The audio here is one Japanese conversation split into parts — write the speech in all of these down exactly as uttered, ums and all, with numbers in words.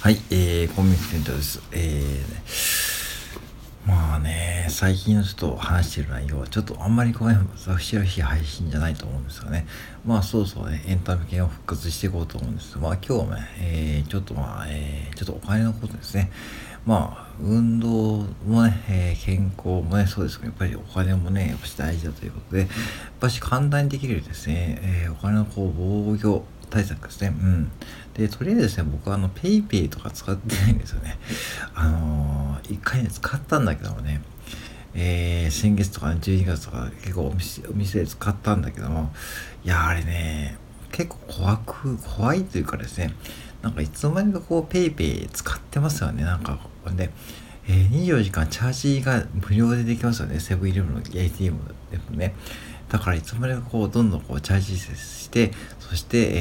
はい、えー、コンビニ店長です。えー、まあね、最近のちょっと話してる内容は、ちょっとあんまりこうね、ざしらしい配信じゃないと思うんですよね。まあ、そうそうね、エンタメ系を復活していこうと思うんです。まあ、今日はね、えー、ちょっとまあ、えー、ちょっとお金のことですね。まあ、運動もね、えー健康もね、そうですけど、やっぱりお金もね、やっぱし大事だということで、やっぱし簡単にできるですね、えーお金のこう防御対策ですね。うん。で、とりあえずですね、僕はあの、ペイペイとか使ってないんですよね。あのー、一回ね、使ったんだけどもね、えー、先月とかね、じゅうにがつとか結構お店お店で使ったんだけども、いや、あれね、結構怖く、怖いというかですね、なんかいつの間にかこう、ペイペイ使ってますよね、なんか。で、えー、にじゅうよじかんチャージが無料でできますよね、セブンイレブンの エーティーエム でもね。だからいつまでかこうどんどんこうチャージして、そして、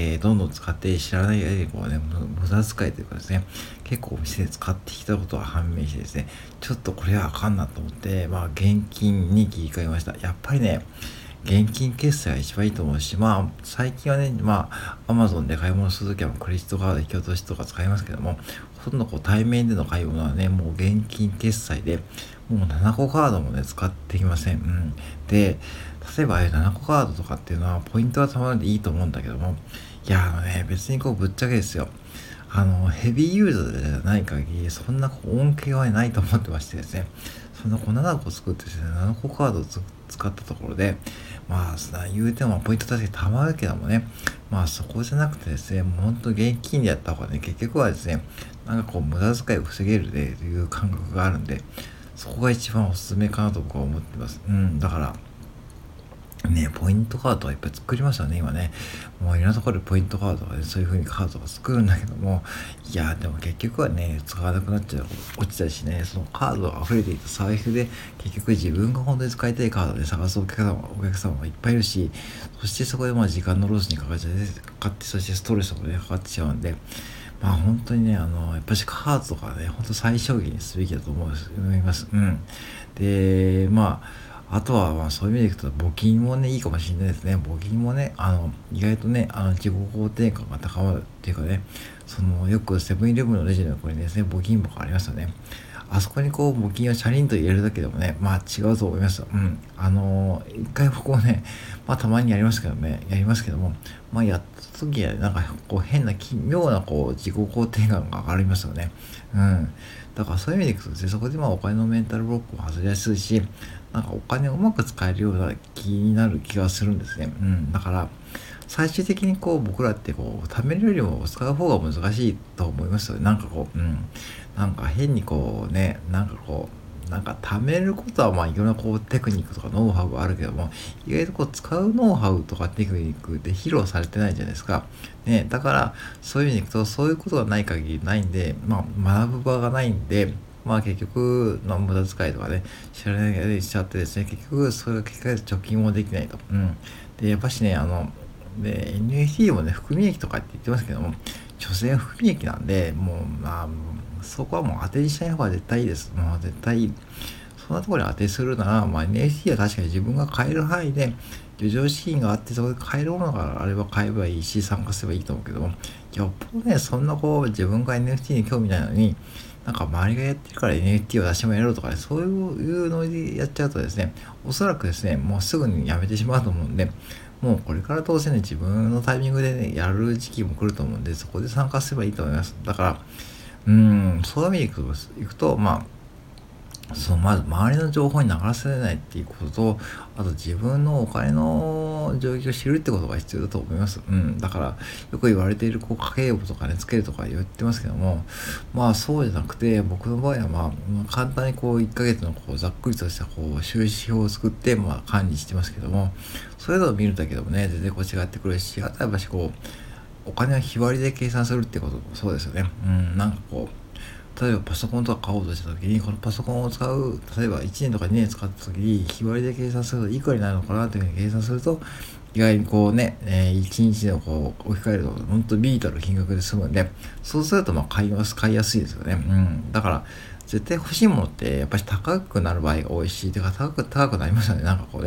えーどんどん使って知らない間にこうね、無無駄遣いというかですね、結構お店で使ってきたことが判明してですね、ちょっとこれはあかんなと思って、まあ現金に切り替えました。やっぱりね、現金決済が一番いいと思うし、まあ、最近はね、まあ、アマゾンで買い物するときはクレジットカード、引き落としとか使いますけども、ほとんどこう対面での買い物はね、もう現金決済で、もうななこカードもね、使ってきません。うん。で、例えばああいうななこカードとかっていうのは、ポイントはたまるんでいいと思うんだけども、いや、あのね、別にこう、ぶっちゃけですよ。あの、ヘビーユーザーじゃない限り、そんなこう恩恵はないと思ってましてですね、そんなこうななこ作ってですね、ななこカードをつ使ったところで、まあ、そんな言うてもポイント確かに貯まるけどもね、まあそこじゃなくてですね、もうほんと現金でやった方がね、結局はですね、なんかこう無駄遣いを防げるでという感覚があるんで、そこが一番おすすめかなと僕は思ってます。うん、だから、ね、ポイントカードはいっぱい作りましたね、今ね。もういろんなところでポイントカードとかね、そういう風にカードが作るんだけども、いや、でも結局はね、使わなくなっちゃう、落ちたしね、そのカードが溢れていた財布で、結局自分が本当に使いたいカードで探すお客様、お客様がいっぱいいるし、そしてそこでまあ時間のロスにかかっちゃって、かかって、そしてストレスもね、かかってしまうんで、まあ本当にね、あの、やっぱしカードとかね、本当最小限にすべきだと思います。うん。で、まあ、あとは、まあ、そういう意味でいくと、募金もね、いいかもしれないですね。募金もね、あの、意外とね、あの、自己肯定感が高まるっていうかね、その、よくセブンイレブンのレジの横にですね、募金箱ありますよね。あそこにこう、募金をチャリンと入れるだけでもね、まあ違うと思いますよ。うん。あのー一回僕もね、まあたまにやりますけどね、やりますけども、まあやった時は、なんかこう変な奇妙なこう、自己肯定感が上がりますよね。うん。だからそういう意味でいくとですね、そこでまあお金のメンタルブロックも外れやすいし、なんかお金をうまく使えるような気になる気がするんですね。うん。だから、最終的にこう僕らってこう貯めるよりも使う方が難しいと思いますよね。なんかこう、うん。なんか変にこうね、なんかこう、なんか貯めることはまあいろんなこうテクニックとかノウハウがあるけども、意外とこう使うノウハウとかテクニックって披露されてないじゃないですか。ね、だからそういう意味でいくとそういうことがない限りないんで、まあ学ぶ場がないんで、まあ結局の無駄遣いとかね、知らない間にしちゃってですね、結局それが結果で貯金もできないと。うん。で、やっぱしね、あの、で、エヌエフティー もね、含み益とかって言ってますけども、所詮含み益なんで、もう、まあ、そこはもう当てにしない方が絶対いいです。もう絶対いい。そんなところに当てするなら、まあ、エヌエフティー は確かに自分が買える範囲で、余剰資金があって、そこで買えるものがあれば買えばいいし、参加すればいいと思うけども、よっぽどね、そんなこう、自分が エヌエフティー に興味ないのに、なんか周りがやってるから エヌエフティー を出してもやろうとかね、そういうのでやっちゃうとですね、おそらくですね、もうすぐにやめてしまうと思うんで、もうこれからどうせね、自分のタイミングでね、やる時期も来ると思うんで、そこで参加すればいいと思います。だから、うーん、そういう意味でいくと、いくとまあ、そう、まず周りの情報に流されないっていうことと、あと自分のお金の状況を知るってことが必要だと思います。うん。だから、よく言われている、こう、家計簿とかね、つけるとか言ってますけども、まあそうじゃなくて、僕の場合はまあ、簡単にこう、いっかげつのこう、ざっくりとしたこう、収支表を作って、まあ管理してますけども、そういうのを見るだけでもね、全然こう違ってくるし、あとはやっぱしこう、お金は日割りで計算するってこともそうですよね。うん、なんかこう、例えばパソコンとか買おうとした時に、このパソコンを使う、例えばいちねんとかにねん使った時に、日割りで計算するといくらになるのかなというふうに計算すると、意外にこうね、えー、いちにちのこう置き換えると、本当ビートル金額で済むんで、そうするとまあ買います、買いやすいですよね。うん。だから、絶対欲しいものって、やっぱり高くなる場合が多いし、てか高く、高くなりますよね。なんかこうね。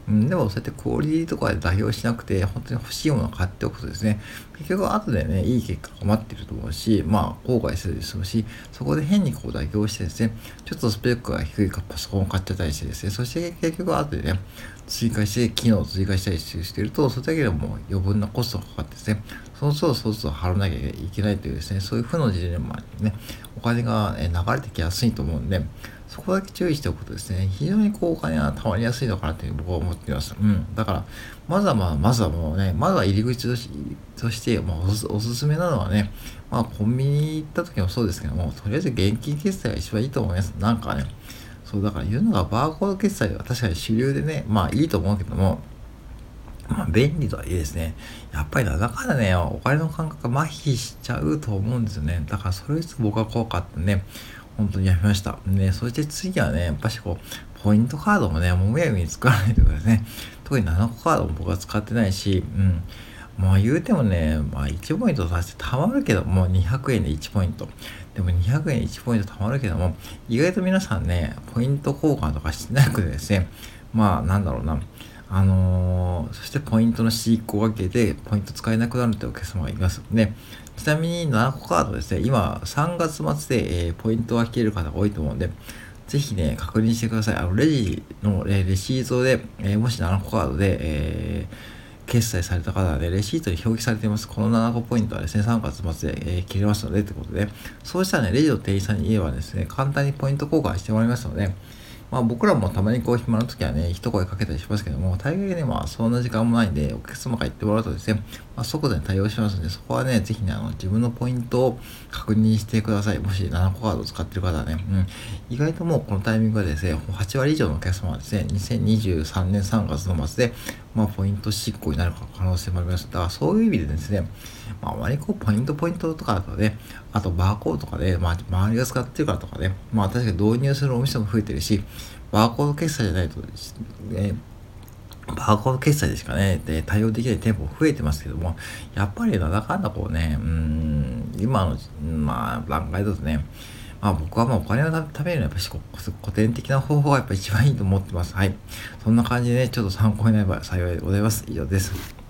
うん、でもそうやってクオリティとかで妥協しなくて、本当に欲しいものを買っておくとですね、結局後でね、いい結果が待ってると思うし、まあ、後悔するでしょうし、そこで変にこう妥協してですね、ちょっとスペックが低いかパソコンを買っちゃったりしてですね、そして結局後でね、追加して、機能を追加したりしていると、それだけでも余分なコストがかかってですね、そうすると、そうすると払わなきゃいけないというですね、そういう負の事例もあってね、お金がえ流れてきやすいと思うんで、そこだけ注意しておくとですね、非常にこうお金が貯まりやすいのかなという僕は思っています。うん。だから、まずはまあ、まずはもうね、まずは入り口としとして、まあおす、おすすめなのはね、まあ、コンビニ行った時もそうですけども、とりあえず現金決済が一番いいと思います。なんかね、そう、だから言うのがバーコード決済は確かに主流でね、まあいいと思うけども、まあ便利とはいえですね、やっぱりだからね、お金の感覚が麻痺しちゃうと思うんですよね。だからそれを僕は怖かったんで、本当にやめました。ね、そして次はね、やっぱしこう、ポイントカードもね、もむやみに作らないでくださいね。特にななこカードも僕は使ってないし、うん。まあ言うてもね、まあいちポイントさせて貯まるけども、にひゃくえんでいちポイント。でもにひゃくえんいちポイント貯まるけども、意外と皆さんね、ポイント交換とかしてなくてですね、まあなんだろうな、あのーそしてポイントの飼育を分けて、ポイント使えなくなるというお客様がいます。で、ちなみにななこカードですね、今さんがつ末で、えーポイントが切れる方が多いと思うんで、ぜひね、確認してください。あの、レジの、えーレシートで、えーもしななこカードで、えー決済された方はね、レシートに表記されています。このななこポイントはですね、さんがつ末で、えー切れますので、ということで、そうしたらね、レジの店員さんに言えばですね、簡単にポイント交換してもらいますので、まあ僕らもたまにこう暇な時はね、一声かけたりしますけども、大概ね、まあそんな時間もないんで、お客様が言ってもらうとですね、まあ即座に対応しますので、そこはね、ぜひね、あの自分のポイントを確認してください。もしななこカードを使ってる方はね、うん。意外ともうこのタイミングはですね、はち割以上のお客様はですね、にせんにじゅうさんねんさんがつの末で、まあポイント執行になる可能性もあります。だからそういう意味でですね、まああまりこうポイントポイントとかだとね、あとバーコードとかで、まあ周りが使ってるからとかね、まあ確かに導入するお店も増えてるし、バーコード決済じゃないと、ね、バーコード決済でしかね、で対応できない店舗増えてますけども、やっぱりなんだかんだこうね、うーん、今の、まあ、段階だとね、まあ僕はまあお金を貯めるのはやっぱし古典的な方法がやっぱ一番いいと思ってます。はい。そんな感じでね、ちょっと参考になれば幸いでございます。以上です。